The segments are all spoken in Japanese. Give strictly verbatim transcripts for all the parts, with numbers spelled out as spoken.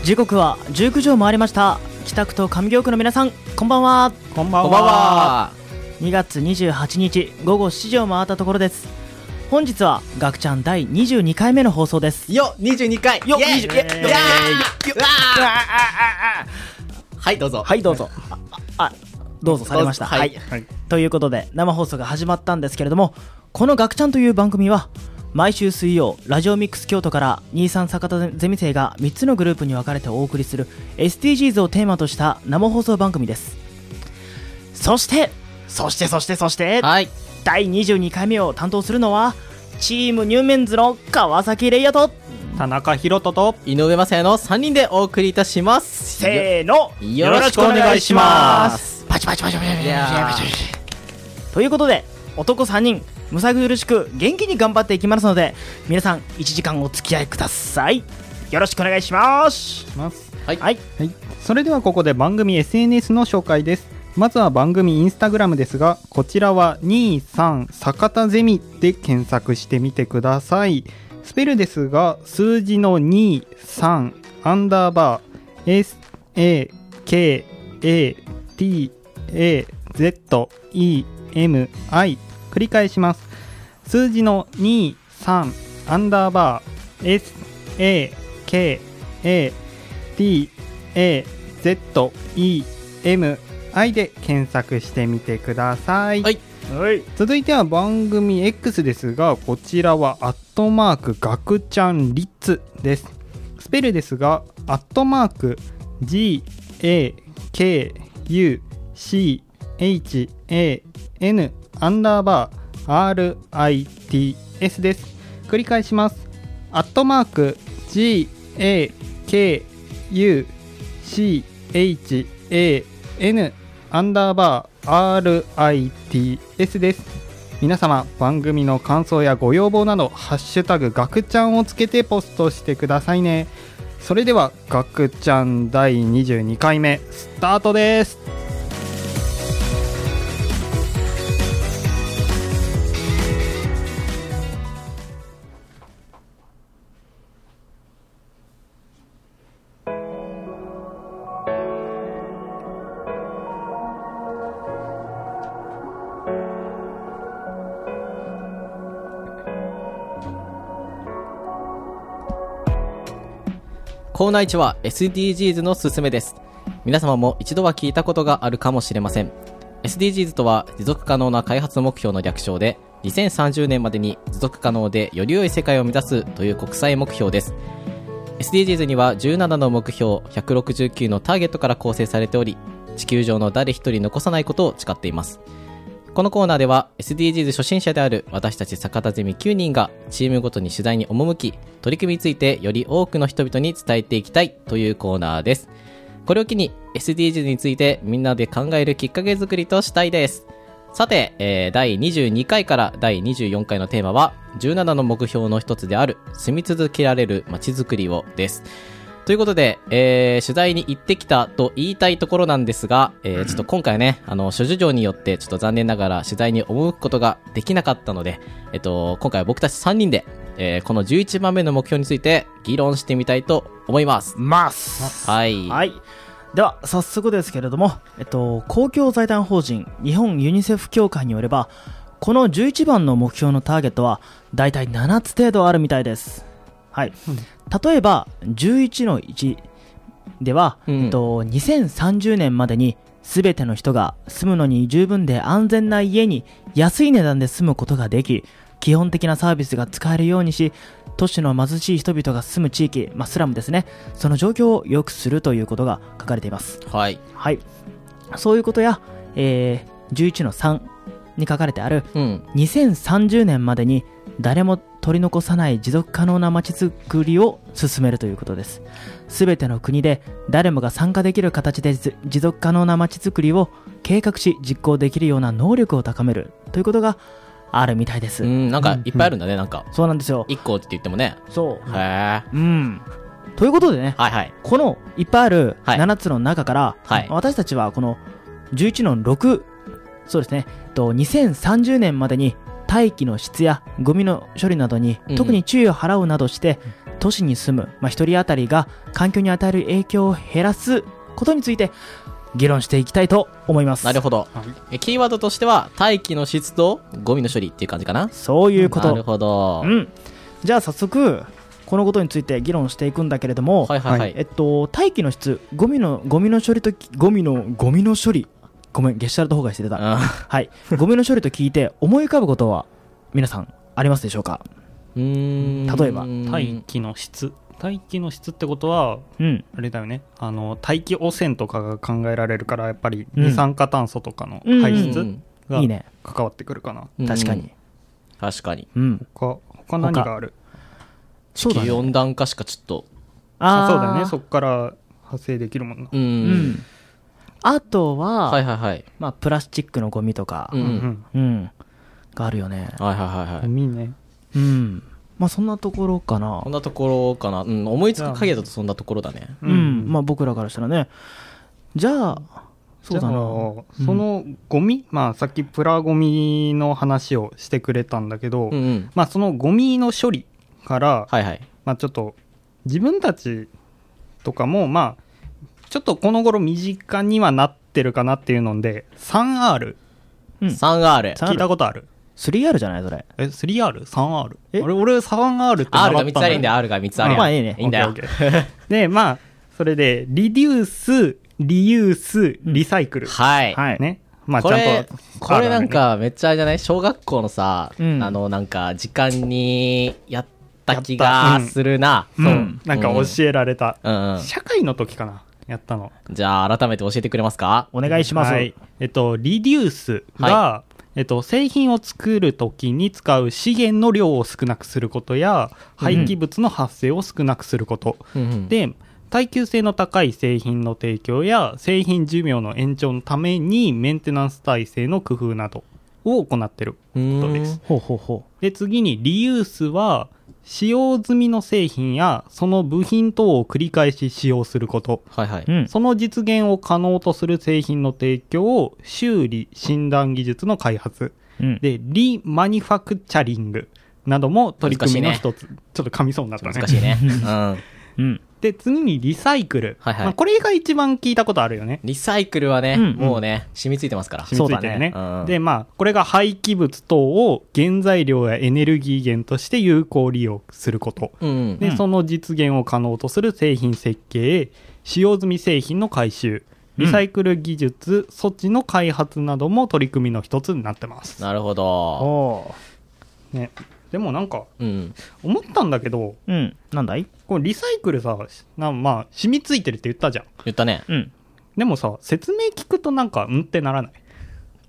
時刻はじゅうくじを回りました。北区と上京区の皆さん、こんばんは。 こんばんは。 にがつにじゅうはちにちごごしちじを回ったところです。本日はガクちゃんだいにじゅうにかいめの放送です。 よにじゅうにかいよイエーイにじゅういやいやいやいやはいどうぞはいどうぞああどうぞされました。 はい、 はい、ということで生放送が始まったんですけれども、このガクちゃんという番組は毎週水曜ラジオミックス京都からにじゅうさん坂田ゼミ生がみっつのグループに分かれてお送りする エスディージーズ をテーマとした生放送番組です。そしてそしてそしてそして、はい、だいにじゅうにかいめを担当するのはチームニューメンズの川崎レイヤと田中宏人と井上雅也のさんにんでお送りいたします。 せーの、 よろしくお願いします。 パチパチパチパチパチパチパチということで男さんにんむさ苦しく元気に頑張っていきますので、皆さんいちじかんお付き合いください。よろしくお願いします。 はい、はい、それではここで番組 エスエヌエス の紹介です。まずは番組インスタグラムですが、こちらはにじゅうさん坂田ゼミで検索してみてください。スペルですが、数字のにじゅうさんアンダーバー エスエーケーエーティーエーゼットイーエムアイ 繰り返します。数字のにじゅうさんアンダーバー エスエーケーエーティーエーゼットイーエムアイ で検索してみてください。はい、はい、続いては番組 X ですが、こちらはアットマークガクちゃんリッツです。スペルですが、アットマーク ジーエーケーユーシーエイチエーエヌ アンダーバー アールアイティーエス です。繰り返します。アットマーク ジーエーケーユーシーエイチエーエヌ アンダーバー アールアイティーエス です。皆様番組の感想やご要望などハッシュタグガクちゃんをつけてポストしてくださいね。それではガクちゃんだいにじゅうにかいめスタートです。 コーナーいちは エスディージーズ のすすめです。皆様も一度は聞いたことがあるかもしれません。 エスディージーズ とは持続可能な開発目標の略称で、にせんさんじゅうねんまでに持続可能でより良い世界を目指すという国際目標です。 エスディージーズ にはじゅうななの目標、ひゃくろくじゅうきゅうのターゲットから構成されており、地球上の誰一人残さないことを誓っています。このコーナーでは エスディージーズ 初心者である私たち坂田ゼミきゅうにんがチームごとに取材に赴き、取り組みについてより多くの人々に伝えていきたいというコーナーです。これを機に エスディージーズ についてみんなで考えるきっかけ作りとしたいです。さて、えー、だいにじゅうにかいからだいにじゅうよんかいのテーマはじゅうななの目標の一つである住み続けられる街づくりをです。ということで、えー、取材に行ってきたと言いたいところなんですが、えー、ちょっと今回ね、あの、諸事情によってちょっと残念ながら取材に赴くことができなかったので、えっと、今回は僕たちさんにんで、えー、このじゅういちばんめの目標について議論してみたいと思います。 ますはい。 はい。では、早速ですけれども、えっと、公共財団法人日本ユニセフ協会によれば、このじゅういちばんの目標のターゲットは、だいたいななつ程度あるみたいです。はい。うん、例えばじゅういちのいちでは、うんえっと、にせんさんじゅうねんまでに全ての人が住むのに十分で安全な家に安い値段で住むことができ、基本的なサービスが使えるようにし、都市の貧しい人々が住む地域、まあ、スラムですね、その状況を良くするということが書かれています。 はい、 はい、そういうことや、えー、じゅういちのさんに書かれてある、うん、にせんさんじゅうねんまでに誰も取り残さない持続可能な街づくりを進めるということです。すべての国で誰もが参加できる形で持続可能な街づくりを計画し実行できるような能力を高めるということがあるみたいです。 うん、なんかいっぱいあるんだね、うん、なんかそうなんですよ。 いっこって言ってもね。 そう。 へー。 うん。ということでね、 はいはい、 このいっぱいあるななつの中から、はい、私たちはこのじゅういちのろく、そうですね、にせんさんじゅうねんまでに大気の質やゴミの処理などに特に注意を払うなどして、うん、 都市に住む、まあ、一人当たりが環境に与える影響を減らすことについて議論していきたいと思います。 なるほど。 はい、 えキーワードとしては大気の質とゴミの処理っていう感じかな。 そういうこと。 なるほど。 うん。じゃあ早速このことについて議論していくんだけれども、 はいはいはい。 えっと大気の質、ゴミのゴミの処理とゴミのゴミの処理、ごめんゲシュタルト崩壊して出た。はい。ゴミの処理と聞いて思い浮かぶことは皆さんありますでしょうか？ うーん。 例えば大気の質大気の質ってことは、うん、あれだよね、あの大気汚染とかが考えられるからやっぱり二酸化炭素とかの排出が関わってくるかな。 うんうん、確かに確かに、 うん、 他, 他何がある？ 地球温暖化しかちょっとああそうだよね、そこから派生できるもんな。 うん、うん、あとは、 はいはいはい、 まあ、プラスチックのゴミとか、 うんうんうん、があるよね。 はいはいはいはい。 ゴミね。 うん。まあそんなところかな。 そんなところかな。うん、思いつく限りだとそんなところだね。 うん、うん、まあ僕らからしたらね。じゃあ、そうだな。 そのゴミ、うん、まあさっきプラゴミの話をしてくれたんだけど、 うんうん、 まあそのゴミの処理から、 はいはい、 まあちょっと自分たちとかもまあちょっとこの頃身近にはなってるかなっていうので スリーアール、 うん、スリーアール聞いたことある？ スリーアール じゃないそれ。 え スリーアール？スリーアール？ え俺俺 スリーアール って習った R がみっつあるんで R がみっつあるやん。 まあいいね。 いいんだよ。 でまあそれでリデュースリユースリサイクル、 うん、はいはいね。まあちゃんと、ね、 これなんかめっちゃあれじゃない？小学校のさ、 うん、 あのなんか時間にやった気がするな。 うん、そう、うん、なんか教えられた、 うんうん、 社会の時かなやったの。 じゃあ改めて教えてくれますか？ お願いします。 はい、えっとリデュースが、はいえっと、製品を作るときに使う資源の量を少なくすることや廃棄物の発生を少なくすること、 うん、 で耐久性の高い製品の提供や製品寿命の延長のためにメンテナンス体制の工夫などを行っていることです。 ほうほうほう。 で次にリユースは使用済みの製品やその部品等を繰り返し使用すること、 はいはい、 うん、 その実現を可能とする製品の提供を修理診断技術の開発、うん、でリマニファクチャリングなども取り組みの一つ、ね、ちょっと噛みそうになったね。 難しいね、うんうん、で次にリサイクル、 はいはいまあ、これが一番聞いたことあるよね。 リサイクルはね、うん、もうね染みついてますから。 染みついてるね。 そうだね、うん、 でまあこれが廃棄物等を原材料やエネルギー源として有効利用すること、 うん、 でその実現を可能とする製品設計、使用済み製品の回収、リサイクル技術、うん、措置の開発なども取り組みの一つになってます。 なるほど、 ね、でもなんか、 うん、 思ったんだけど、 うん、なんだいこれリサイクルさな、まあ染みついてるって言ったじゃん。 言ったね、 うん、 でもさ説明聞くとなんかうんってならない？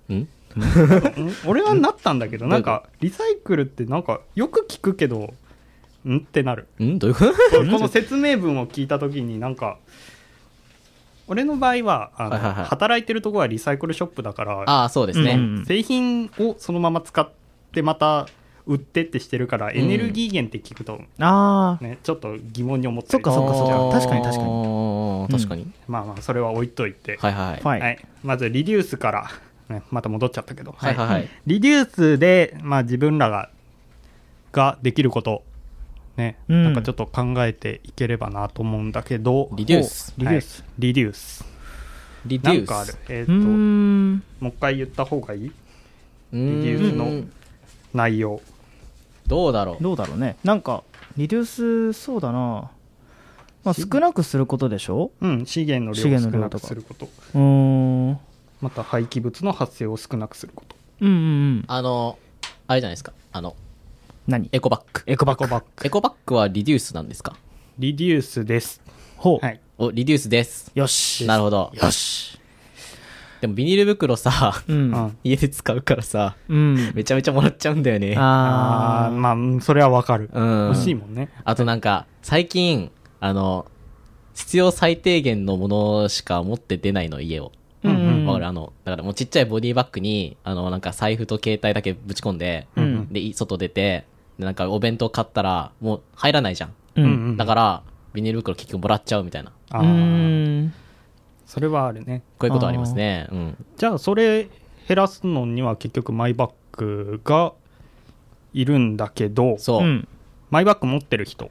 ん俺はなったんだけどなんかリサイクルってなんかよく聞くけどんってなる。 んどういうこと？ この説明文を聞いた時になんか俺の場合はあの、はいはいはい、働いてるところはリサイクルショップだから、 ああそうですね、 うん、製品をそのまま使ってまた売ってってしてるから、うん、エネルギー源って聞くと、 あね、ちょっと疑問に思ってそっかそっかそっか確かに確かに確かに、 うん、まあまあそれは置いといて、 はいはいはい、 はい、まずリデュースから、ね、また戻っちゃったけど、 はいはいはい、 リデュースで、まあ、自分らがができることね、うん、なんかちょっと考えていければなと思うんだけど、 リデュースリデュース、はい、リデュースリデュースなんかある、えーと、もう一回言った方がいい？リデュースの内容どうだろうどうだろうね。なんかリデュースそうだな、まあ、少なくすることでしょ。 うん、資源の量を少なくすること、 うーん、 また廃棄物の発生を少なくすること、 うんうんうん、 あのあれじゃないですか、あの何エコバッグエコバッグエコバッグはリデュースなんですか？ リデュースです。 ほう、 はい、 おリデュースです。 よし、 なるほど、 よし。 でもビニール袋さ、 うん、 家で使うからさ、 うん、 めちゃめちゃもらっちゃうんだよね。 ああまあそれはわかる、 うん、 欲しいもんね。 あとなんか最近あの必要最低限のものしか持って出ないの家を、 うんうん、 わかる？あのだからもうちっちゃいボディバッグにあのなんか財布と携帯だけぶち込んで、 うん、 で外出てでなんかお弁当買ったらもう入らないじゃん、 うん、 だからビニール袋結局もらっちゃうみたいな。 あー、それはあるね。 こういうことありますね。うん、 じゃあそれ減らすのには結局マイバッグがいるんだけど、 そう、うん、 マイバッグ持ってる人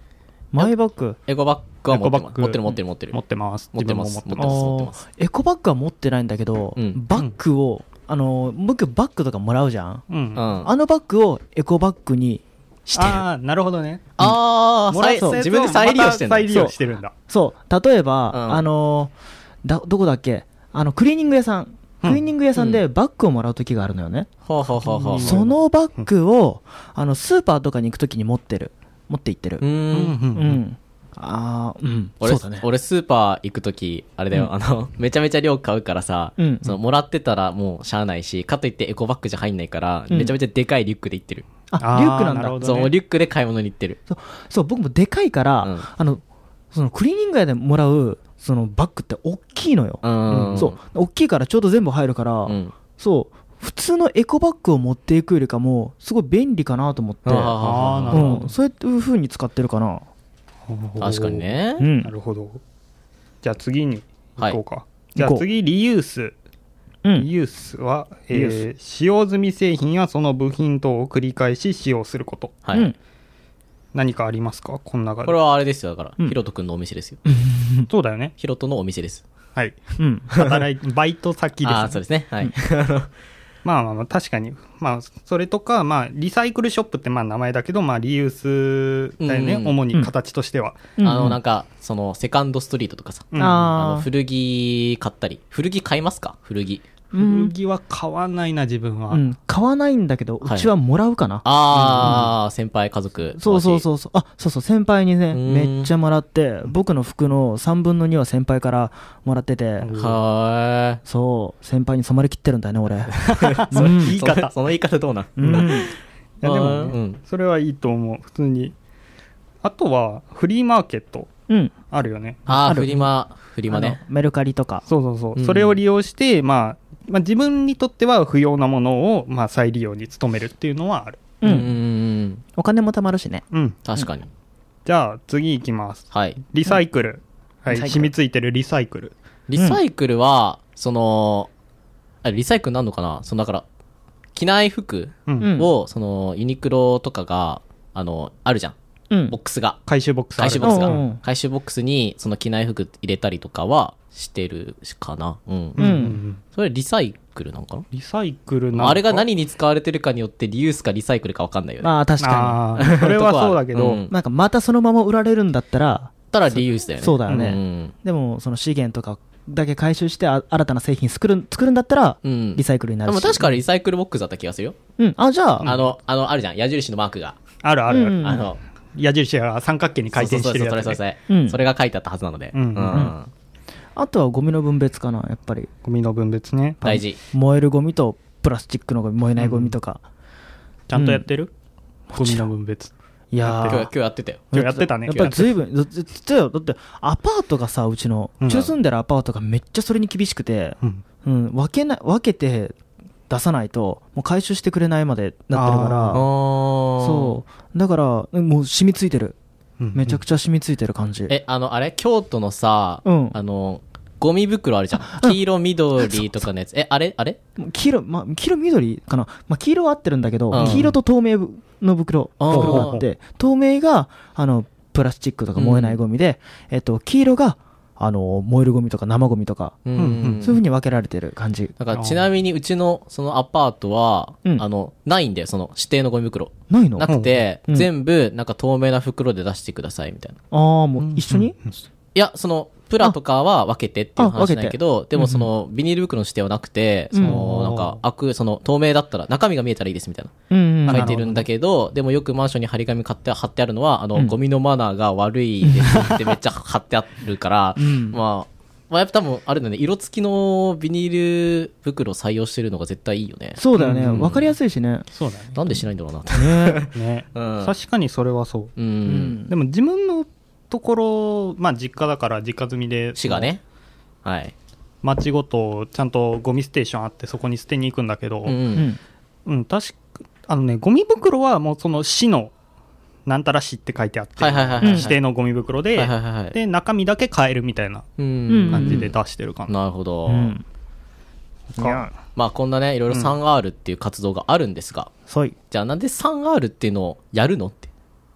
マイバッグ。 エコバッグは持ってます。 エコバッグ持ってる持ってる持ってる。 持ってます。 持ってます自分も持ってます。 持ってますエコバッグは持ってないんだけど、 うんバッグを、あの、僕バッグとかもらうじゃん。 うん。 うん。ああのバッグをエコバッグにしてる。 あー、なるほどね。 あー、再もらったやつを自分で再利用してんだ。 また再利用してるんだ。 そう。例えば、 うんあの、だ、どこだっけあの、クリーニング屋さん。クリーニング屋さんでバッグをもらう時があるのよね。 ほうほうほうほう。 そのバッグを、あの、スーパーとかに行く時に持ってる。持って行ってるう。ー。 うんんううんん。ああ、うん。 俺、 そうだね。 俺スーパー行くとき、あれだよ、 うんあの、めちゃめちゃ量買うからさ、 うんその、もらってたらもうしゃあないし、かといってエコバッグじゃ入んないから、 うんめちゃめちゃでかいリュックで行ってる。 あ、 あーリュックなんだなるほ。どねそう、もうリュックで買い物に行ってる。 そう、僕もでかいから、 うんあの、そのクリーニング屋でもらう、そのバッグって大きいのよ。 うん。 そう。大きいからちょうど全部入るから、 うん。 そう。普通のエコバッグを持っていくよりかも、すごい便利かなと思って、 あーあーなるほどうん。そういう風に使ってるかな。 確かに。ねう。んな。るほど。じゃあ次に行こうか。 いじゃあ行こう次、リユース。 うん。 リユースは、 リユーえー使用済み製品やその部品等を繰り返し使用すること。 はい。 うん何かありますかこの中で。 これはあれですよ、だから、 うんヒロト君のお店ですよ。 そうだよね。 ヒロトのお店です。 はい。 うん。 働い、バイト先です、 ああ、そうですね。はい。 まあまあまあ、確かに。まあ、それとか、まあ、リサイクルショップってまあ名前だけど、まあ、リユースだよね。 うん主に形としては。 あの、なんか、 か、その、セカンドストリートとかさ、 うんああーの古着買ったり。古着買いますか古着。 古着は買わないな、自分は。 うん。買わないんだけど、 はいうちはもらうかな。 ああ、先輩家族。 そうそうそうそう。あ、そうそう、先輩にね、 うんめっちゃもらって、僕の服のさんぶんのには先輩からもらってて、 うんはそう、先輩に染まりきってるんだよね、俺。 それうんーい。 言い方。 そのその言い方どうなんうん。 いやでもね、 うんそれはいいと思う。普通に。あとは、フリーマーケットうん。 あるよね。 ああ、 あるフリマ、フリマね。 あのメルカリとか。 そうそうそう。 うんそれを利用して、まあ、まあ、自分にとっては不要なものを、まあ、再利用に努めるっていうのはある。 う。 うんんん。 お金も貯まるしね。 うん。 確かに。 じゃあ、次行きます。 はい。 リサイクル。はい。 リサイクル染みついてるリサイクル。 リサイクルは、その、あリサイクルなんのかなその、だから、着ない服うん。 うんを、その、ユニクロとかが、あの、あるじゃん。 うんボックスが。 回収ボックスある。 回収ボックスがうんうん。 回収ボックスに、その着ない服入れたりとかは、してるかな。うん。 ううんうんん。 それリサイクルなのかなリサイクルなんかあれが何に使われてるかによってリユースかリサイクルか分かんないよね。 まあ確かああ、それはそうだけど、 うんに。なんかまたそのまま売られるんだったら、 たらリユースだよね。 そうだよねうんでもその資源とかだけ回収してあ新たな製品作る作るんだったら、 うん。 リサイクルになるし。 でも確かリサイクルボックスだった気がするよ。 うん。あ、じゃあ、 あの、あの、あるじゃん。矢印のマークが。 あるあるある。 うんあの、 矢印が三角形に回転してるやつ、ね。 そうそうそうそれそれそれ、 うんそれが書いてあったはずなので。 うんうんうんあとはゴミの分別かな、やっぱり。 ゴミの分別ね。 大事。 燃えるゴミとプラスチックのゴミ、燃えないゴミとか。 ちゃんとやってる、ゴミの分別。 いや今日、今ー日やってたよ。 今日やってたね。 やっぱり随分、だだだよだって、アパートがさ、うちの、 うんうちの住んでるアパートがめっちゃそれに厳しくて、 うん。 うん、分けな、分けて出さないと、もう回収してくれないまでなってるかあら、そう。だから、もう染みついてる。 うんめちゃくちゃ染みついてる感じ。 え、あの、あれ京都のさ、 うんあの、ゴミ袋あるじゃん。黄色、緑とかのやつ。え、あれあれ黄色、まあ、黄色緑かな。まあ、黄色は合ってるんだけど、 うん黄色と透明の袋、 あー袋があって、透明が、あの、プラスチックとか燃えないゴミで、えっと、黄色が、あの、燃えるゴミとか生ゴミとか、 うんうんそういう風に分けられてる感じ。 だからちなみにうちのそのアパートは、 うんあの、ないんだよ、その指定のゴミ袋。 ないのなくて、 うん全部なんか透明な袋で出してくださいみたいな。 ああ、もう一緒に、 うんいや、その、プラとかは分けてっていう話なんやけど、でもその、ビニール袋の指定はなくて、その、 うんなんか、開く、その、透明だったら、中身が見えたらいいですみたいな。 うん、うん。 書いてるんだけど、でもよくマンションに張り紙買って、貼ってあるのは、あの、 うんゴミのマナーが悪いですってめっちゃ貼ってあるから、 うんまあ、まあ、やっぱ多分、あれだね、色付きのビニール袋採用してるのが絶対いいよね。 そうだよね。 うん分かりやすいしね。 そうだね。 なんでしないんだろうなって。 ねね、 うん確かにそれはそう。 う。 うんん。 でも自分のところ、まあ実家だから実家済みで、 市がね。はい。 町ごとちゃんとゴミステーションあってそこに捨てに行くんだけど、 うんう。 うんん。 うん、確か、あのね、ゴミ袋はもうその市の、なんたら市って書いてあって、 はいはいはいはい。 うん指定のゴミ袋で、 はいはいはいはい。 で、中身だけ買えるみたいなうん。 感じで出してるかな。 なるほど。 うん。いかや、 まあこんなね、いろいろ スリーアール っていう活動があるんですが、 そうい。 じゃあなんで スリーアール っていうのをやるのって。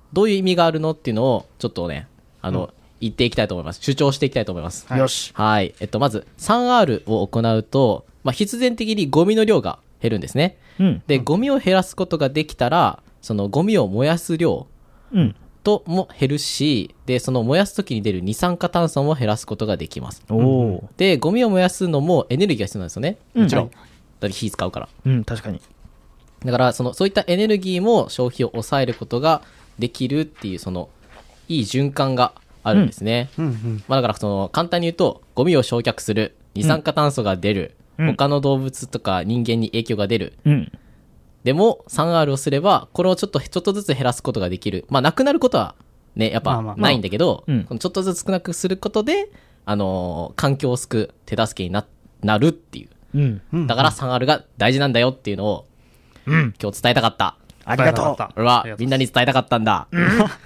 どういう意味があるのっていうのを、ちょっとね、あの、うん、言っていきたいと思います。主張していきたいと思います。 はい、よし。 はい。えっと、まず、スリーアール を行うと、まあ、必然的にゴミの量が減るんですね。うん。で、ゴミを減らすことができたら、そのゴミを燃やす量とも減るし、で、その燃やすときに出る二酸化炭素も減らすことができます。おで、ゴミを燃やすのもエネルギーが必要なんですよね。もちろん。うん、だって火使うから。 うん、確かに。 だから、その、そういったエネルギーも消費を抑えることができるっていう、その、いい循環があるんですね。うんうんうん、まあ、だから、その、簡単に言うと、ゴミを焼却する、二酸化炭素が出る、うん、他の動物とか人間に影響が出る。うん、でも、スリーアール をすれば、これをちょっと、ちょっとずつ減らすことができる。まあ、なくなることは、ね、やっぱ、ないんだけど、まあまあまあ、ちょっとずつ少なくすることで、あのー、環境を救う手助けにな、なるっていう。うん、だから、スリーアール が大事なんだよっていうのを、うん、今日伝えたかった。 ありがとう。 俺は、みんなに伝えたかったんだ。うん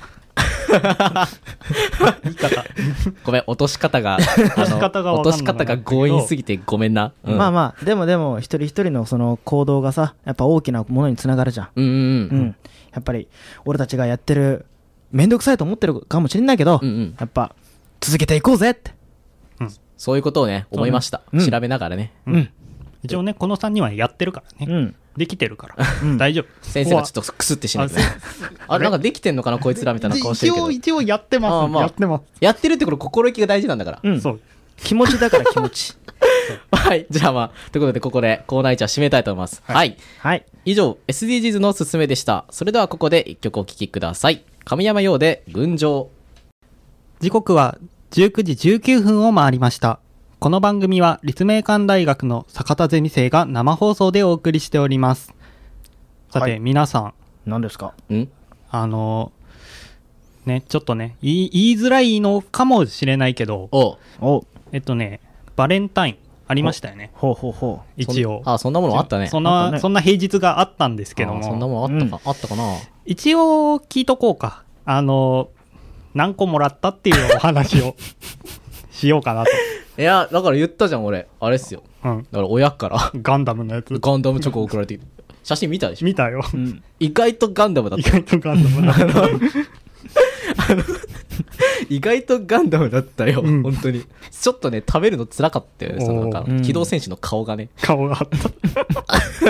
言い方ごめん、落とし方が、あの、落とし方が強引すぎてごめんな。 うん、まあまあ、でもでも、一人一人のその行動がさ、やっぱ大きなものにつながるじゃん。うんうんうん。うん。やっぱり、俺たちがやってる、めんどくさいと思ってるかもしれないけど、うんうん、やっぱ、続けていこうぜって。 うん。そういうことをね、思いました。うん、調べながらね。 うん。うん、一応ね、このさんにんはやってるからね。うん。できてるから、うん、大丈夫。 先生がちょっとクスってしないとね。あれなんかできてんのかなこいつらみたいな顔してるけど。 一応一応やってます。あ、まあ、やってます。 やってるってこれ心意気が大事なんだから。 うん。そう。気持ちだから気持ち。 はい。じゃあまあ、ということでここでコーナーいちは締めたいと思います。はい。はい。はい、以上、エスディージーズ のすすめでした。それではここで一曲お聴きください。神山陽で群青。 時刻はじゅうくじじゅうきゅうふんを回りました。この番組は立命館大学の坂田ゼミ生が生放送でお送りしております。さて、はい、皆さん。 何ですか？ んあの、ね、ちょっとね、言い、言いづらいのかもしれないけど、 おおえっとね、バレンタインありましたよね。 ほうほうほう。一応。 あ、そんなものあったね。 そんな、ね、そんな平日があったんですけども。 そんなものあったか、うん、あったかな。 一応聞いとこうか。あの、何個もらったっていうお話をしようかなと。 いや、だから言ったじゃん、俺。あれっすよ。うん。だから親から。 ガンダムのやつ。 ガンダムチョコ送られてきて。写真見たでしょ？ 見たよ、 うん。意外とガンダムだった。 意外とガンダムだった。 あの、意外とガンダムだったよ、うん、本当に。ちょっとね、食べるの辛かったよね、そのなんか、機動戦士の顔がね。 顔があった。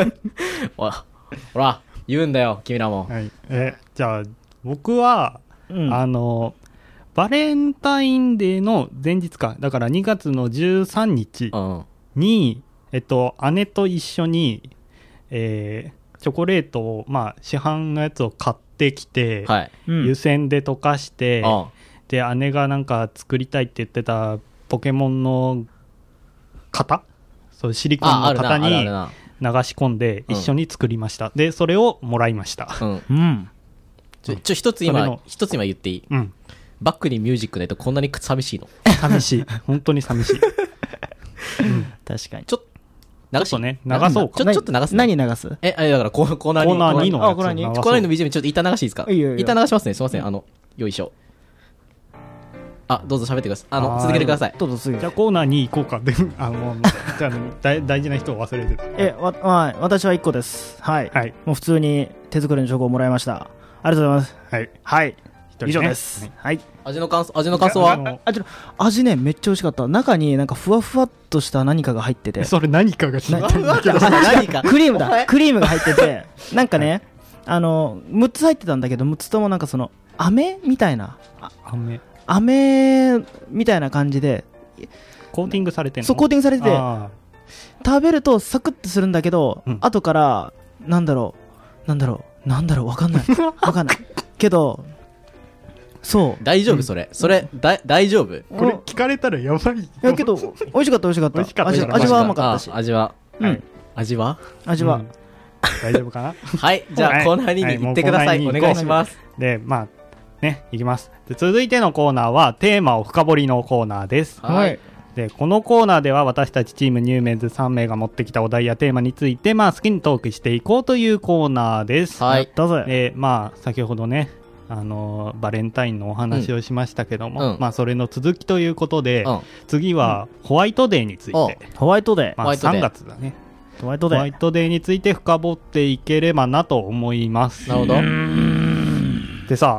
ほら、ほら、言うんだよ、君らも。 はい。え、じゃあ、僕は、うん、あの、バレンタインデーの前日か、だからにがつのじゅうさんにちに、うん、えっと、姉と一緒に、えー、チョコレートを、まあ、市販のやつを買ってきて、はい、湯煎で溶かして、うん、で、姉がなんか作りたいって言ってたポケモンの型、そうシリコンの型に流し込んで一緒に作りました。うん、で、それをもらいました。うん。うん、 ちょ、ちょ、一つ今、一つ今言っていい？うん。バックにミュージックないとこんなに寂しいの？ 寂しい。本当に寂しい。 うん、確かに。 ちょっと、 ちょっとね、流そうか。 ちょ、ちょっと流す。 何流す？ え、あれだからコーナーに。 コーナーにのやつ。 あ、コーナーに。コーナーにの ビージーエム ちょっと一旦流していいですか？いいよいいよ。一旦流しますね。すいません。あの、よいしょ。あ、どうぞ喋ってください。あの、続けてください。 どうぞ続けて。 じゃあコーナーに行こうか。で、あの、じゃあ、大、大事な人を忘れてる。 え、わ、はい。私はいっこです。はい。はい。もう普通に手作りのチョコをもらいました。ありがとうございます。はい。はい。以上です。はい。 味の感想、味の感想は？ 味の、味ね、めっちゃ美味しかった。中になんかふわふわっとした何かが入ってて。 それ何かが知ってるんだけど。 何か。クリームだ。クリームが入ってて、なんかね、あの、むっつ入ってたんだけど、むっつともなんかその、飴みたいな。 飴。 飴みたいな感じで。 コーティングされてんの？ そう、コーティングされてて、食べるとサクッとするんだけど、うん、後から、なんだろう、なんだろう、なんだろう、わかんない。わかんない。けど、そう。 大丈夫、それ。それ、だ、大丈夫？ これ聞かれたらやばい。いや、けど、美味しかった、美味しかった。美味しかった。味、味は甘かったし。 味は。うん。味は？ 味は。 大丈夫かな？ はい。じゃあ、コーナーに行ってください。お願いします。 で、まあ、ね、いきます。で、続いてのコーナーは、テーマを深掘りのコーナーです。はい。で、このコーナーでは私たちチームニューメンズさんめいが持ってきたお題やテーマについて、まあ好きにトークしていこうというコーナーです。 はい。どうぞ。 で、まあ先ほどね、あのー、バレンタインのお話をしましたけども、うん、まあそれの続きということで、うん、次はホワイトデーについて。 ホワイトデー。 まあさんがつだね。 ホワイトデー。 ホワイトデーについて深掘っていければなと思います。 なるほど。 でさ、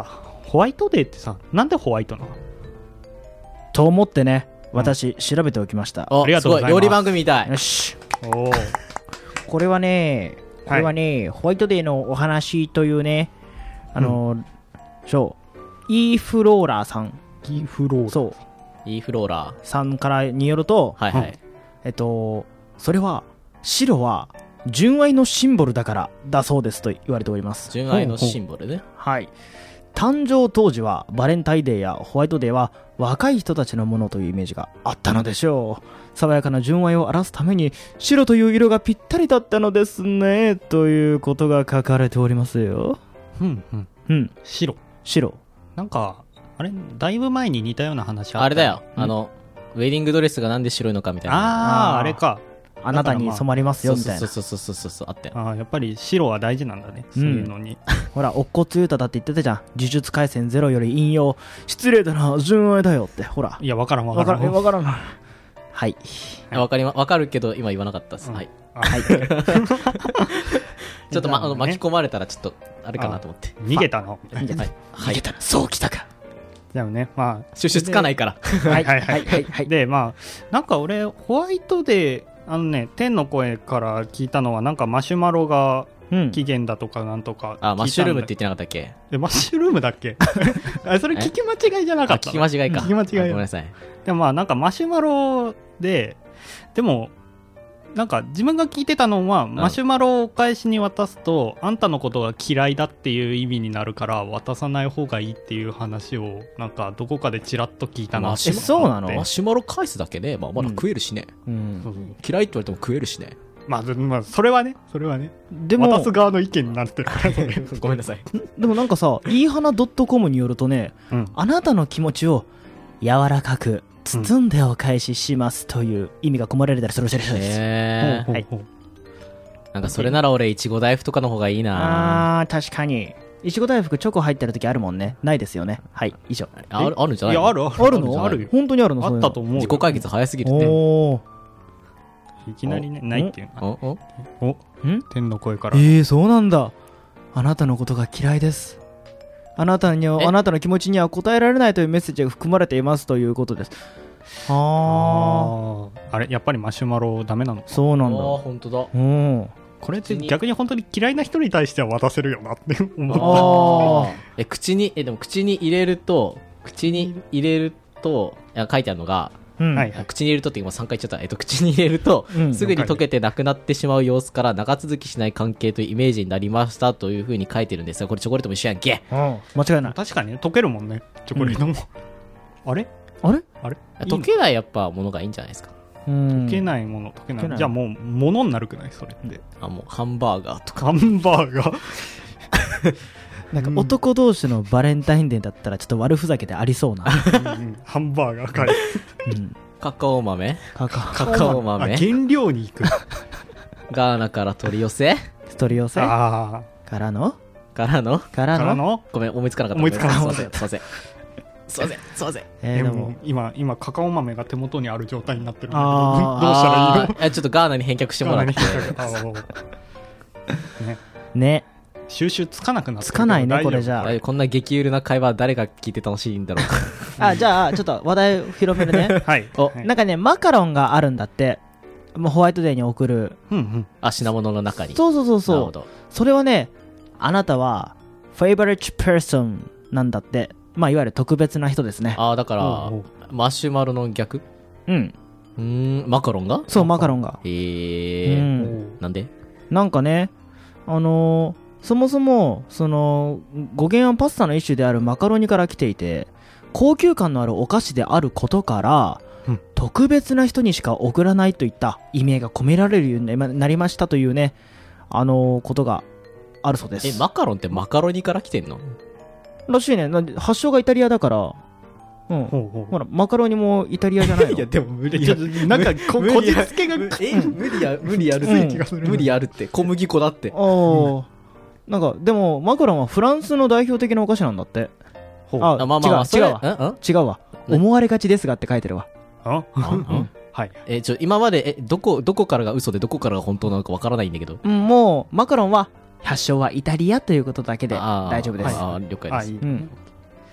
ホワイトデーってさ、なんでホワイトなの？ と思ってね、私、調べておきました。 お、 ありがとうございますすごい、料理番組みたい。 よし。 おーこれはね、これはね、ホワイトデーのお話というね、あの、そうイーフローラーさん、 ギフローラそうイーフローラー。 さんからによると、 はいはい。 えっと、それは白は純愛のシンボルだからだそうですと言われております。 純愛のシンボルね。 はい。誕生当時はバレンタインデーやホワイトデーは若い人たちのものというイメージがあったのでしょう。爽やかな純愛を表すために白という色がぴったりだったのですねということが書かれておりますよ。 うんうんうん白白なんかあれだいぶ前に似たような話あったあれだよ。 うんあの、ウェディングドレスがなんで白いのかみたいな。 あああーあれかあなたに染まりますよみたいな。 そうそうそうそうそうそう、あったよ。 あーやっぱり白は大事なんだね、そういうのにほら、乙骨ユータだって言ってたじゃん。呪術廻戦ゼロより引用。失礼だな、純愛だよって。ほら。 いやわからんわわかららん、 かんわからん。はい。 わかりま、わかるけど今言わなかったです。 うんはい。 はい。 ちょっとま、あのね巻き込まれたらちょっと、あれかなと思って。 逃げたのみたいな逃げた。 はい。はい逃げ。たら、そうきたか。 でもねまあ収集つかないから。 はい、 ははいい、 ははいい、はい。 でまあなんか俺ホワイトデーあのね天の声から聞いたのはなんかマシュマロがうん。 起源だとかなんとか聞いたんだあ、マッシュルームって言ってなかったっけ？ えマッシュルームだっけあそれ聞き間違いじゃなあ、 かった聞き間違いか。 聞き間違いあごめんなさい。 でもまあなんかマシュマロででもなんか自分が聞いてたのは、マシュマロをお返しに渡すとあんたのことが嫌いだっていう意味になるから渡さない方がいいっていう話をなんかどこかでチラッと聞いたなってマシュえそうなのマシュマロ返すだけで、まあ、まだ食えるしね。 うんそうそう嫌いって言われても食えるしね。 まあ、でまあそれはねそれはねでも渡、す側の意見になってるからそれごめんなさい。 でもなんかさ、いい花 .com によるとね、 うんあなたの気持ちを柔らかく包んでお返ししますという意味が込まれてたりするらしいです。 へー。 ほうほうほうなんかそれなら俺、いちご大福とかの方がいいな。 あー、確かに。いちご大福チョコ入ってる時あるもんね。ないですよね。はい、以上。 あるあるんじゃないの？ いやあるあるあるのあるよ本当にあるの？ あったと思うよ自己解決早すぎるって。 おー。 いきなりねないっていうのおおおん天の声からえー、そうなんだ。あなたのことが嫌いです。あなたにはえあなたの気持ちには応えられないというメッセージが含まれていますということです。ああーあれやっぱりマシュマロダメなのー、そうなんだ。 あー、ほんとだ。 うん。 これって逆に本当に嫌いな人に対しては渡せるよなって思ったあえ、口に、え、でも口に入れると、口に入れると、いや書いてあるのが、 ー。うん。 はいあ口に入れるとって今さんかい言っちゃった。えっと、口に入れると、 うんすぐに溶けてなくなってしまう様子から長続きしない関係というイメージになりましたというふうに書いてるんですが、これチョコレートも一緒やんけ。 うん。間違いない。 確かにね溶けるもんねチョコレートも、あれあれあれ溶けないやっぱものがいいんじゃないですか。 うん。 溶けないもの溶けない溶けないじゃあもう物になるくないそれってあ、もうハンバーガーとか。 ハンバーガーなんか男同士のバレンタインデーだったらちょっと悪ふざけでありそうな。 うんハンバーガーかいうん。 カカオ豆カカカカオあ豆原料に行くガーナから取り寄せストリ寄せあからのからのからのあからのごめん、思いつかなかった。 思いつかなかったすいません、すいません。すいません、すいません。 でえー、でもも、今今カカオ豆が手元にある状態になってるんだけどあーどうしたらいいのあーえちょっとガーナに返却してもらって。 あーねね。 収集つかなくなってるつかないね大丈夫これじゃああこんな激ゆるな会話誰が聞いて楽しいんだろうか。 あ、じゃあ、ちょっと話題を広めるね。 はいおはいなんかね、マカロンがあるんだって。もうホワイトデーに送る。 うんうんあ、品物の中に。 そうそうそうなるそう。 ほど。 それはね、あなたは、フェイバリットパーソンなんだって。まあ、いわゆる特別な人ですね。 ああ、だからおうおう、 マシュマロの逆うん。 うーん、マカロンがそう、マカロンが。 へうえ、 ん。 なんでなんかね、あのーそもそも、その、語源はパスタの一種であるマカロニから来ていて、高級感のあるお菓子であることから、 うん特別な人にしか送らないといった意味が込められるようになりましたというね、あのーことがあるそうです。 え、マカロンってマカロニから来てんのらしいね。なんで発祥がイタリアだから、うん。 ほうほうほら、マカロニもイタリアじゃないのでも無ちょっとなんかここじつけがえ、無理や、無理やるうん気がする。無理やるって。小麦粉だって。 おー。なんか、でも、マカロンはフランスの代表的なお菓子なんだって。 ほうあ、 あ、まあまあまあ、 違う、 それ違うわ。 んん違うわ。 ね思われがちですがって書いてるわ。 あんはいえ、ちょ、今まで、え、どこ、どこからが嘘でどこからが本当なのかわからないんだけど。 うん、もう、マカロンは、発祥はイタリアということだけであー大丈夫です。 あー了解です。 あいいうん。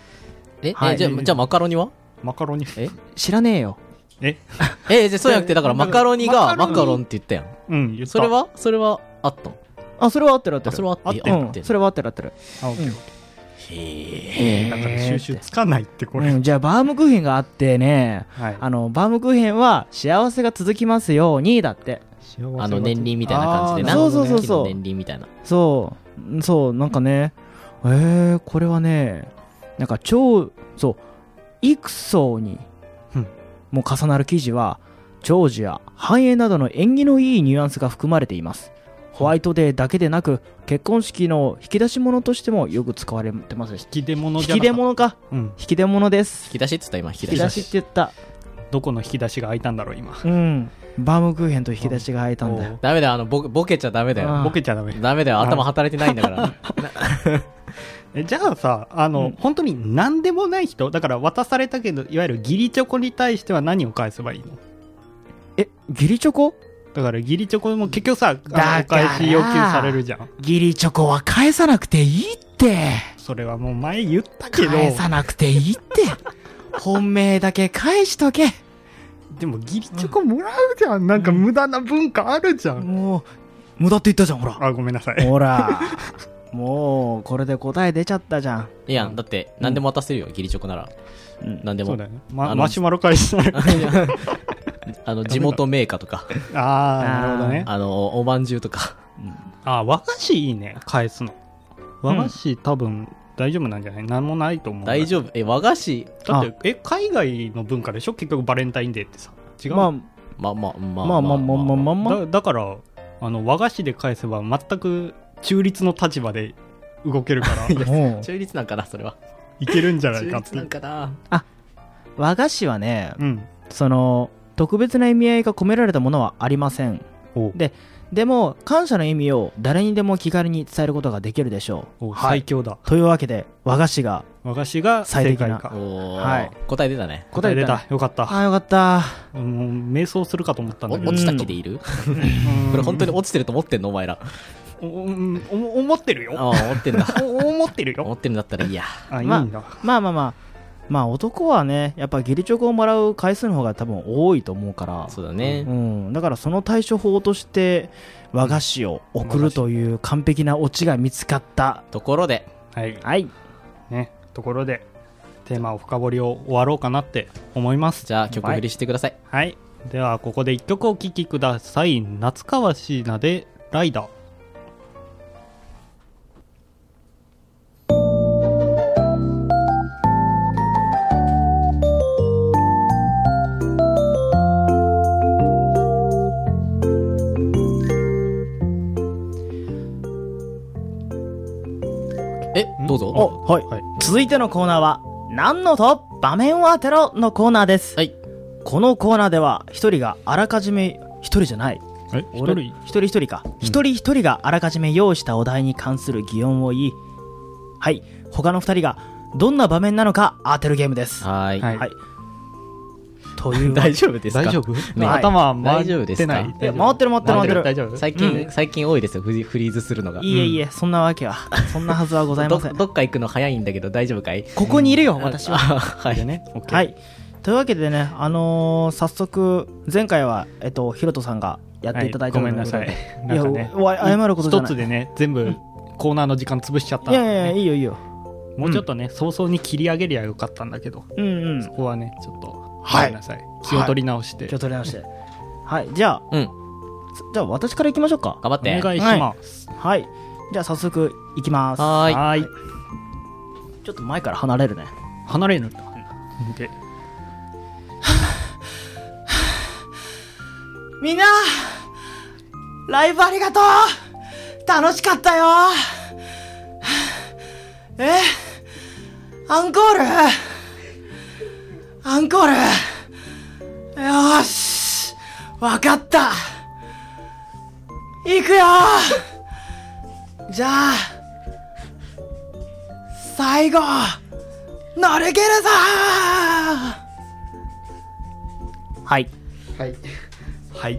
え、 はいえじゃあじゃあマカロニはマカロニ。 え知らねえよ。 ええじゃあそうじゃなくてだからマカロニがマカロニマカロンって言ったやん。 うん、言った。 それはそれはあったの？ あ、それは合ってる合ってる。 あそれはあって合ってるうん、それは合ってる合ってる。 あ、オッケーうんオッケへー。だから収集つかないってこれ。 うん、じゃあバームクーヘンがあってね、 はい。 あのバームクーヘンは幸せが続きますようにだって。 あの年輪みたいな感じでな。 あーそうそうそうそう木の年輪みたいな。 そうそうなんかね、えー、これはね、なんか超そう幾層にうんも重なる生地は長寿や繁栄などの縁起のいいニュアンスが含まれています。ホワイトデーだけでなく結婚式の引き出し物としてもよく使われてますし、 引き出物引じゃなかったき出物か、 うん。 引き出物です。 引き出しって言った今引き出し。 引き出しって言った。 どこの引き出しが開いたんだろう、今。 うん、バームクーヘンと引き出しが開いたんだよ。 ダメだよあのボボケちゃダメだよ。 あボケちゃダメ。 ダメだよ頭働いてないんだから。 えじゃあさ、あの、 うん本当に何でもない人、だから渡されたけど、いわゆる義理チョコに対しては何を返せばいいの？ え、義理チョコ？ だから義理チョコも結局さ、あのだからお返し要求されるじゃん。 義理チョコは返さなくていいって。 それはもう前言ったけど、 返さなくていいって。本命だけ返しとけ。 でも義理チョコもらうじゃん。なんか無駄な文化あるじゃん。 もう無駄って言ったじゃん、ほら。 あ、ごめんなさい。 ほら。もうこれで答え出ちゃったじゃん。 いやだって何でも渡せるよ義理チョコなら。 うん何でもそうだよね。ま、 あのマシュマロ返したら。 あの地元メーカーとかあー、なるほどね。 あのおまんじゅうとか。 あー、和菓子いいね。返すの。和菓子多分大丈夫なんじゃない？なんもないと思う。 大丈夫え和菓子だって、え、海外の文化でしょ結局バレンタインデーってさ。違う、 まあまあまあまあまあまあまあまあまあまあ。 だだから、あの、和菓子で返せば全く中立の立場で動けるから、 もう中立なんかなそれは。 いけるんじゃない中かって立なんかな。 和菓子はね、 うん。 その特別な意味合いが込められたものはありません。 おででも感謝の意味を誰にでも気軽に伝えることができるでしょう。 おはい最強だ。 というわけで和菓子が和菓子が最適な正解か。 おーはい答え出たね。 答え出たね。 よかった。 あよかった。 もう瞑想するかと思ったんだけど。 お落ちた気でいる？ うんこれ本当に落ちてると思ってんのお前ら。 おうんお思ってるよ。 ああ思ってんだ。 お思ってるよ。 思ってるんだったらいいや。 あ、いいまあんだ。 まあまあまあまあ男はねやっぱ義理チョコをもらう回数の方が多分多いと思うから、 そうだね。 うん、だからその対処法として和菓子を送るという完璧なオチが見つかった。 ところではい。 はいね。ところで、テーマを深掘りを終わろうかなって思います。 じゃあ曲振りしてください。 はい。では、ここで一曲お聴きください。夏川椎名でライダー。 えどうぞ。 おはい、 はい。 続いてのコーナーは何のと場面を当てろのコーナーです。 はい。 このコーナーでは一人があらかじめ一人じゃないえ、一俺人一人一人か、一人一人があらかじめ用意したお題に関する擬音を言い、はい他の二人がどんな場面なのか当てるゲームです。 はーい。 はいはいという大丈夫ですか？ 大丈夫、 ね頭回大丈夫ですかってない。 いや回ってる回ってる回ってる大丈夫最近、 うん最近多いですよフリフリーズするのが。 いえいえ、そんなわけはそんなはずはございません。 どどっか行くの早いんだけど大丈夫かい？ ここにいるよ私は。 あはい。 でね。オッケー。 はいというわけでね、あのー、早速前回はえっとひろとさんがやっていただいたごので、 めんなさい。 いやなんかね、 わ謝ることじゃない。 一つでね、全部コーナーの時間潰しちゃったんでね。 いやいやいやいいよいいよ。 もうちょっとね、早々に切り上げりゃよかったんだけど、 うんうん。 そこはね、ちょっと、 はいごめんなさい。気を取り直して。 気を取り直して。はいじゃあうん。 じゃあ私から行きましょうか。 頑張って。 お願いします。 はいじゃあ早速行きます。 はーい。 はーい。 ちょっと前から離れるね。 離れるんだ。で、 みんなライブありがとう楽しかったよえアンコールアンコールよーしわかった行くよじゃあ最後乗り切るぞはいはい。はい。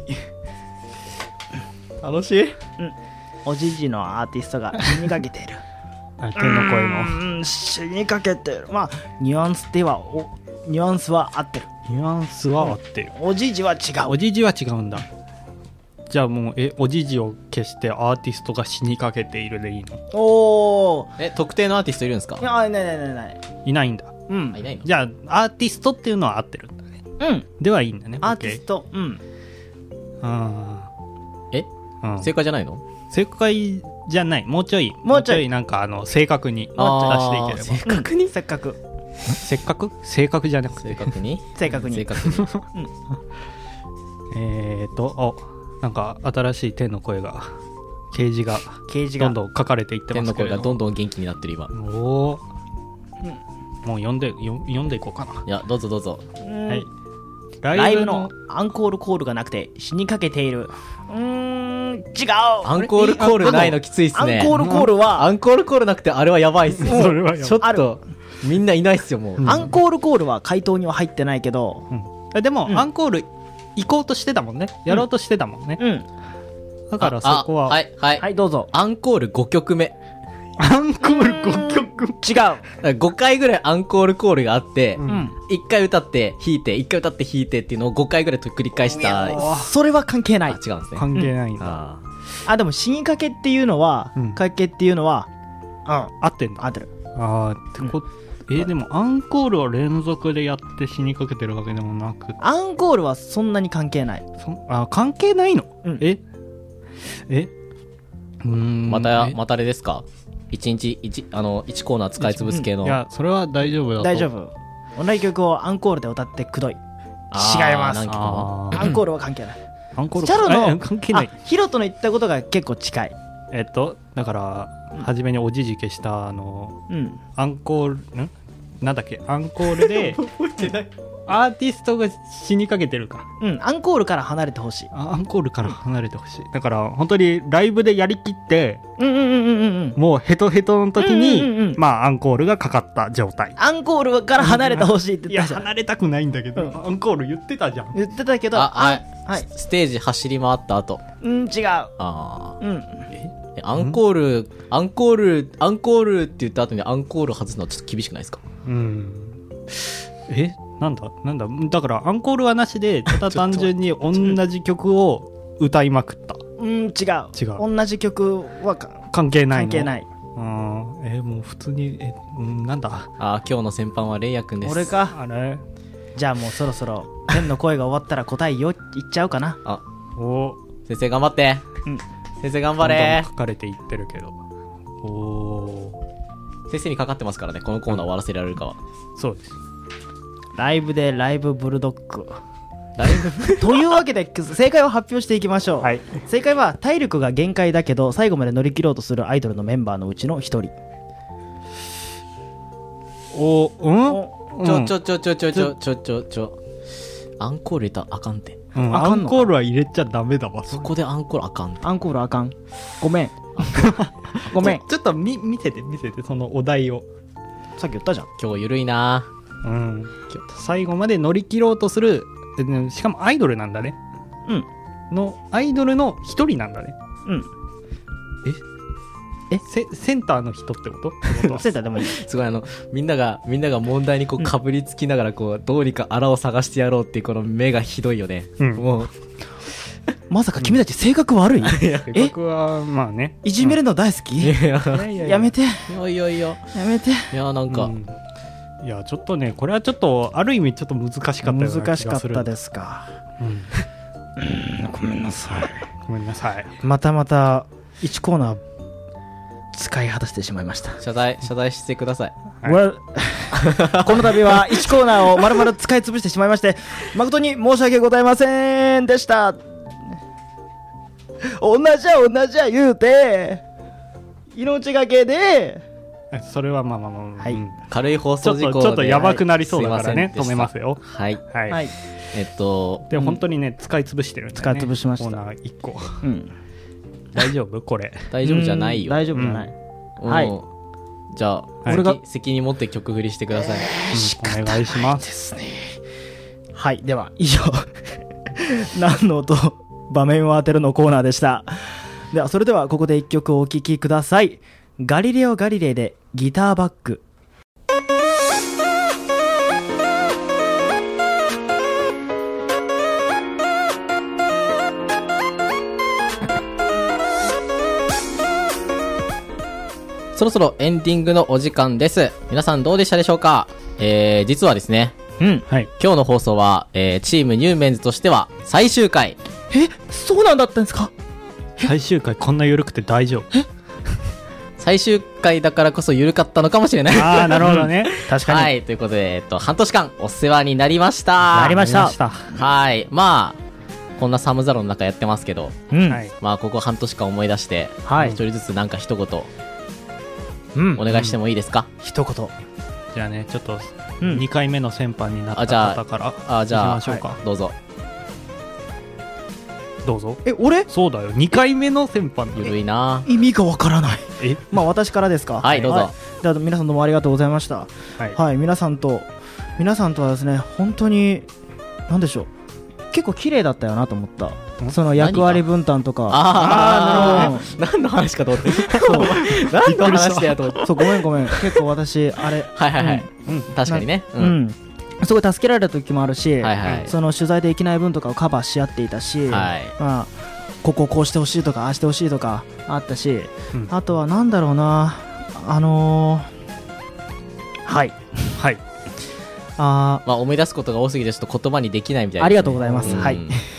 楽しいおじじのアーティストが死にかけているあ天の声のうん死にかけてる。まあニュアンスではおニュアンスは合ってる。 ニュアンスは合ってる、 おじいじは違う。 おじじは違うんだ。じゃあもうえおじじを消してアーティストが死にかけているでいいの？ おお。 え、特定のアーティストいるんですか？ いやないないないない。 いないんだ。 うんあ、いないの？ じゃあアーティストっていうのは合ってるんだね。 うん。 ではいいんだね。 アーティスト。うん。 あえ、 ー、うん、 正解じゃないの？ 正解じゃない。もうちょいもうちょいなんかあの正確に出していあーければ。 正確にせっかくせっかく正確じゃなくて正確に正確に正確にえーとあなんか新しい天の声が掲示が掲示がどんどん書かれていって天のますけれど声がどんどん元気になってる今。 おー、もう読んでよ読んでいこうかな。 いや、どうぞどうぞ。 うんはい。 ライブのアンコールコールがなくて死にかけている。うーん違う。 アンコールコールないのきついっすね。 アンコールコールはアンコールコールなくてあれはやばいっすよ。 それはやばいちょっと、みんないないっすよ、もう。 うんアンコールコールは回答には入ってないけど、 うん、でも、 うんアンコール行こうとしてたもんね。やろうとしてたもんね。 うん。 だからそこは、 あはい、はい。 はい、どうぞ。 アンコールごきょくめ。 アンコールごきょく。 違う。 ごかいぐらいアンコールコールがあって、 うんうん。 いっかい歌って弾いて、いっかい歌って弾いてっていうのをごかいぐらいと繰り返した。 それは関係ない。 あ、違うんですね。 関係ないんだ。 ああ、でも死にかけっていうのは、 うんかけっていうのは、うん、 合ってんだ。 合ってる。 あーってこ、えーでもアンコールを連続でやって死にかけてるわけでもなく、 アンコールはそんなに関係ない。 そあ関係ないの、 うんええうーんまた、 えまたあれですか？一日、一、あの、一コーナー使い潰す系の。 いやそれは大丈夫だと大丈夫。同じ曲をアンコールで歌ってくどい。 あー違います何曲もあーアンコールは関係ない。 アンコールチャロのえ関係ないあ、ヒロトの言ったことが結構近い。 えっとだから、初めにおじじ消したあのうん。 アンコールんなんだっけアンコールでアーティストが死にかけてるかうん、アンコールから離れてほしい。 あアンコールから離れてほしい。だから本当にライブでやりきってうんうんうんうんうん。 もうヘトヘトの時に、 うんうんうんうんまあアンコールがかかった状態。 アンコールから離れてほしいっていや言ったじゃん。 離れたくないんだけど、 うんアンコール言ってたじゃん。 言ってたけど、 あ、はい。 はい。 ステージ走り回った後。 うん、違う。 ああ。 うん。 ええアンコール、アンコール、アンコールって言った後にアンコール外すのはちょっと厳しくないですか？ うんえなんだなんだだからアンコールはなしでただ単純に同じ曲を歌いまくったうん、違う。 違う同じ曲はか関係ないの関係ない。 うんえもう普通にえうんなんだああ、今日の先般はレイヤくんです。 俺か。 あれじゃあもうそろそろ、天の声が終わったら答えよ、言っちゃうかな。 あ、 お先生頑張って。 うん。 先生頑張れどんどん書かれていってるけどおー先生にかかってますからね、このコーナー終わらせられるかは。 そうですライブでライブブルドッグ。 ライブというわけで、正解を発表していきましょう。 はい正解は、体力が限界だけど、最後まで乗り切ろうとするアイドルのメンバーのうちの一人。 おうんおちょちょちょちょちょちょちょちょちょ。アンコール入れたらあかんて。 うん、アあかんのかンコールは入れちゃダメだわそこでアンコールあかんて。 アンコールあかん。ごめん。ごめん。 ちょちょっと見見せて見せてそのお題をさっき言ったじゃん。 今日ゆるいなうん最後まで乗り切ろうとするえねしかもアイドルなんだねうん。 のアイドルの一人なんだねうん。 えセセンターの人ってことってことはセンターでもいい。 すごいあの、みんなが、みんなが問題にこうかぶりつきながらこう、どうにかあらを探してやろうっていうこの目がひどいよね。 うんもう、 まさか君たち性格悪いえ僕はまあねいじめるの大好き、 いや、いいやいややめて。 やいやいや、 やめて。 いや、なんか、 うんいやちょっとねこれはちょっとある意味ちょっと難しかったような気がする難しかったですか。 うんごめんなさい。 ごめんなさいまたまた、いちコーナー、使い果たしてしまいました。 謝罪、謝罪してください。 はいわこの度はいちコーナーを丸々使い潰してしまいまして誠に申し訳ございませんでした。同じや同じや言うて命がけでそれはまあまあまあ、まあはいうん軽い放ちょ送事故で。 っとちょっとやばくなりそうだからはいね止すいませんでしためますよはい。 はい、 はい、 えっと、 で、 うん本当にね使い潰してるんだよね使い潰しましたコーナーいっこうん、 大丈夫これ大丈夫じゃないよ。 うん大丈夫じゃない、 うんはいじゃあ、 はい俺が責任持って曲振りしてください。 うんお願いしまですすね。はい、では以上何の音場面を当てるのコーナーでした。ではそれではここで一曲お聴きください。 ガリレオ・ガリレイでギターバッグ。 そろそろエンディングのお時間です。皆さんどうでしたでしょうか？えー、実はですね、 うん。 はい。 今日の放送は、えー、チームニューメンズとしては最終回。 え、そうなんだったんですか？ 最終回こんな緩くて大丈夫？ 最終回だからこそ緩かったのかもしれない。 ああ、なるほどね。 確かに。 はい、ということで、えっと、半年間お世話になりました。 なりました。 はい、まあ、こんな寒空の中やってますけど、 うん。 はい。 まあ、ここ半年間思い出して、 はい一人ずつなんか一言、 うん。 お願いしてもいいですか？ 一言。 じゃあね、ちょっとうんにかいめの先輩になったあじゃあ方からあ、じゃあ、 行きましょうか。 どうぞ。 どうぞ。 え、俺そうだよ。にかいめの先輩。 ゆるいな。 意味がわからない。 え、 まあ私からですか？ はい、どうぞ。 では皆さんどうもありがとうございました。 はい。 はい、皆さんと、皆さんとはですね、本当に、なんでしょう。結構綺麗だったよなと思った。 んその役割分担とか。 あー、なるうんほど。何の話かと思って。 そう何の話だよと思って。 そう、ごめんごめん。結構私、あれ。 はいはいはい。 うん。 確かにね。 うん。うんすごい助けられた時もあるし、 はいはい。 その取材でできない分とかをカバーし合っていたし、 はい。 まあ、ここをこうしてほしいとかああしてほしいとかあったし、 うんあとはなんだろうな、あのー、はいはい。 あまあ、思い出すことが多すぎてちょっと言葉にできないみたいな、 ありがとうございます、 うんはい、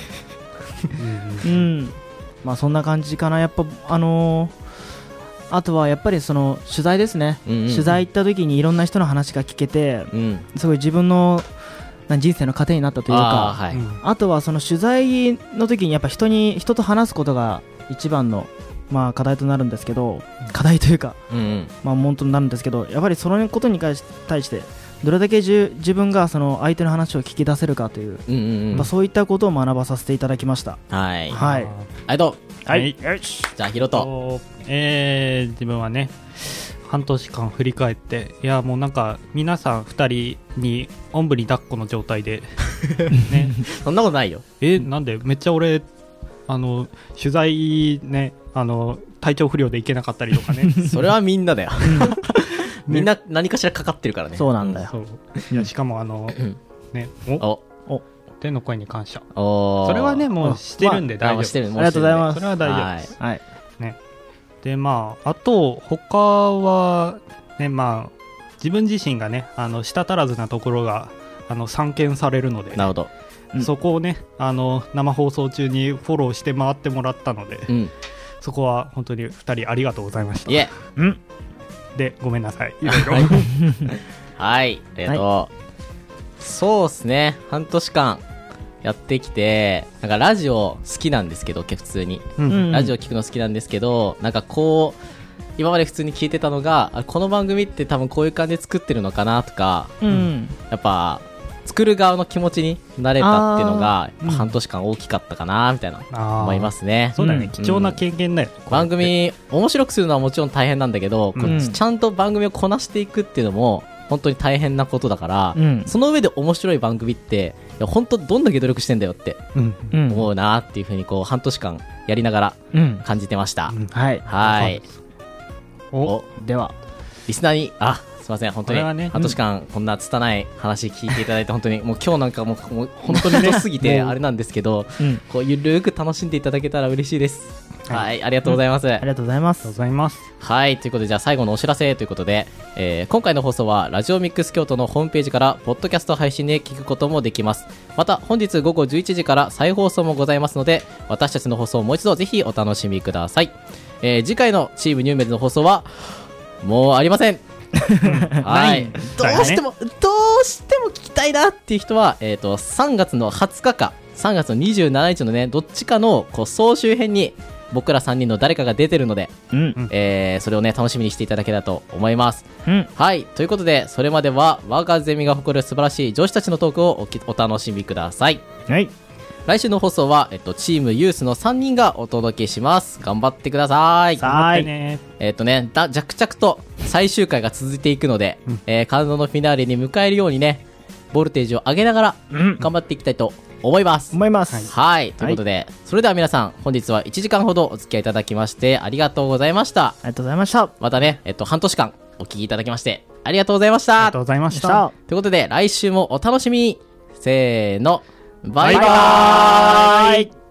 うんまあそんな感じかな。やっぱあのー、あとはやっぱりその取材ですね、 うんうん取材行った時にいろんな人の話が聞けて、 うん。 すごい自分のな人生の糧になったというか、 あーはい。 あとはその取材の時にやっぱ人に人と話すことが一番のまあ課題となるんですけど、課題というかうんうん。 まあ本当になるんですけど、やっぱりそのことに対してどれだけじゅ自分がその相手の話を聞き出せるかという、 うんうんうん。 まあそういったことを学ばさせていただきました。 はい。 はいありがとう。 はい。 じゃあ、ヒロト。 とえー、自分はね、半年間振り返って、いや、もうなんか、皆さんふたりに、おんぶに抱っこの状態で、ね、 そんなことないよ。 え、なんで、めっちゃ俺、あの、取材ね、あの、体調不良で行けなかったりとかね。 それはみんなだよ。みんな何かしらかかってるからね。 そうなんだよ。 そう。いや、しかもあの、 うんね、 お、 お、天の声に感謝。 おー。 それはね、もうしてるんで大丈夫。 あしてる。 ありがとうございますそれは大丈夫です。 はい。 で、まあ、あと、他は、ね、まあ、自分自身がね、あの、舌足らずなところが、あの、散見されるので、 なるほど。 うんそこをね、あの、生放送中にフォローして回ってもらったので、 うん。 そこは本当にふたりありがとうございました。 いえ。 うん。 で、ごめんなさい。いろいろ。 はい。ありがとう。そうっすね。半年間やってきて、なんかラジオ好きなんですけど、普通に。 うんうんラジオ聞くの好きなんですけど、なんかこう、今まで普通に聞いてたのが、あこの番組って多分こういう感じで作ってるのかなとか、 うん。 やっぱ、作る側の気持ちになれたっていうのが、 あーやっぱ半年間大きかったかな、みたいな、 あー思いますね。 そうだね、 うん貴重な経験だよね。 番組、面白くするのはもちろん大変なんだけど、こううんちゃんと番組をこなしていくっていうのも、本当に大変なことだから、 うん。 その上で面白い番組って、いや本当どんだけ努力してんだよってうん。 うん。 思うなっていうふうにこう半年間やりながらうん。 感じてました。 うんはい。 はい。 お、 お、 では、 リスナーに、あ、すいません、本当にこれはね半年間こんな拙い話聞いていただいて、本当にもう今日なんかもうもう本当にひどすぎてもうあれなんですけど、 うん。 こうゆるーく楽しんでいただけたら嬉しいです。 はいはい、ありがとうございます。 ありがとうございまありがとうす。 ございます。 はい、ということで、じゃあ最後のお知らせということで、えー今回の放送はラジオミックス京都のホームページからポッドキャスト配信で聞くこともできます。また本日午後じゅういちじから再放送もございますので、私たちの放送をもう一度ぜひお楽しみください。えー次回のチームニューメンズの放送はもうありません。はい、どうしても、どうしても聞きたいなっていう人は、えっ、とさんがつのはつかかさんがつのにじゅうしちにちのね、どっちかのこう総集編に僕らさんにんの誰かが出てるので、 うん。 えーそれをね楽しみにしていただけたらと思います。 うん。 はい、ということでそれまでは我がゼミが誇る素晴らしい上司たちのトークをおきお楽しみください。 はい。 来週の放送は、えっと、チームユースのさんにんがお届けします。頑張ってください。 さ頑張はい。 ってね。 えっとねだ着々と最終回が続いていくので、 うんえー感動のフィナーレに迎えるようにねボルテージを上げながらうん。 頑張っていきたいと思います。 思います。 はい。ということで、それでは皆さん、本日はいちじかんほどお付き合いいただきまして、ありがとうございました。 ありがとうございました。 またね、えっと、半年間お聞きいただきまして、ありがとうございました。 ありがとうございました。 ということで、来週もお楽しみに。せーの。バイバーイ。 バイバーイ。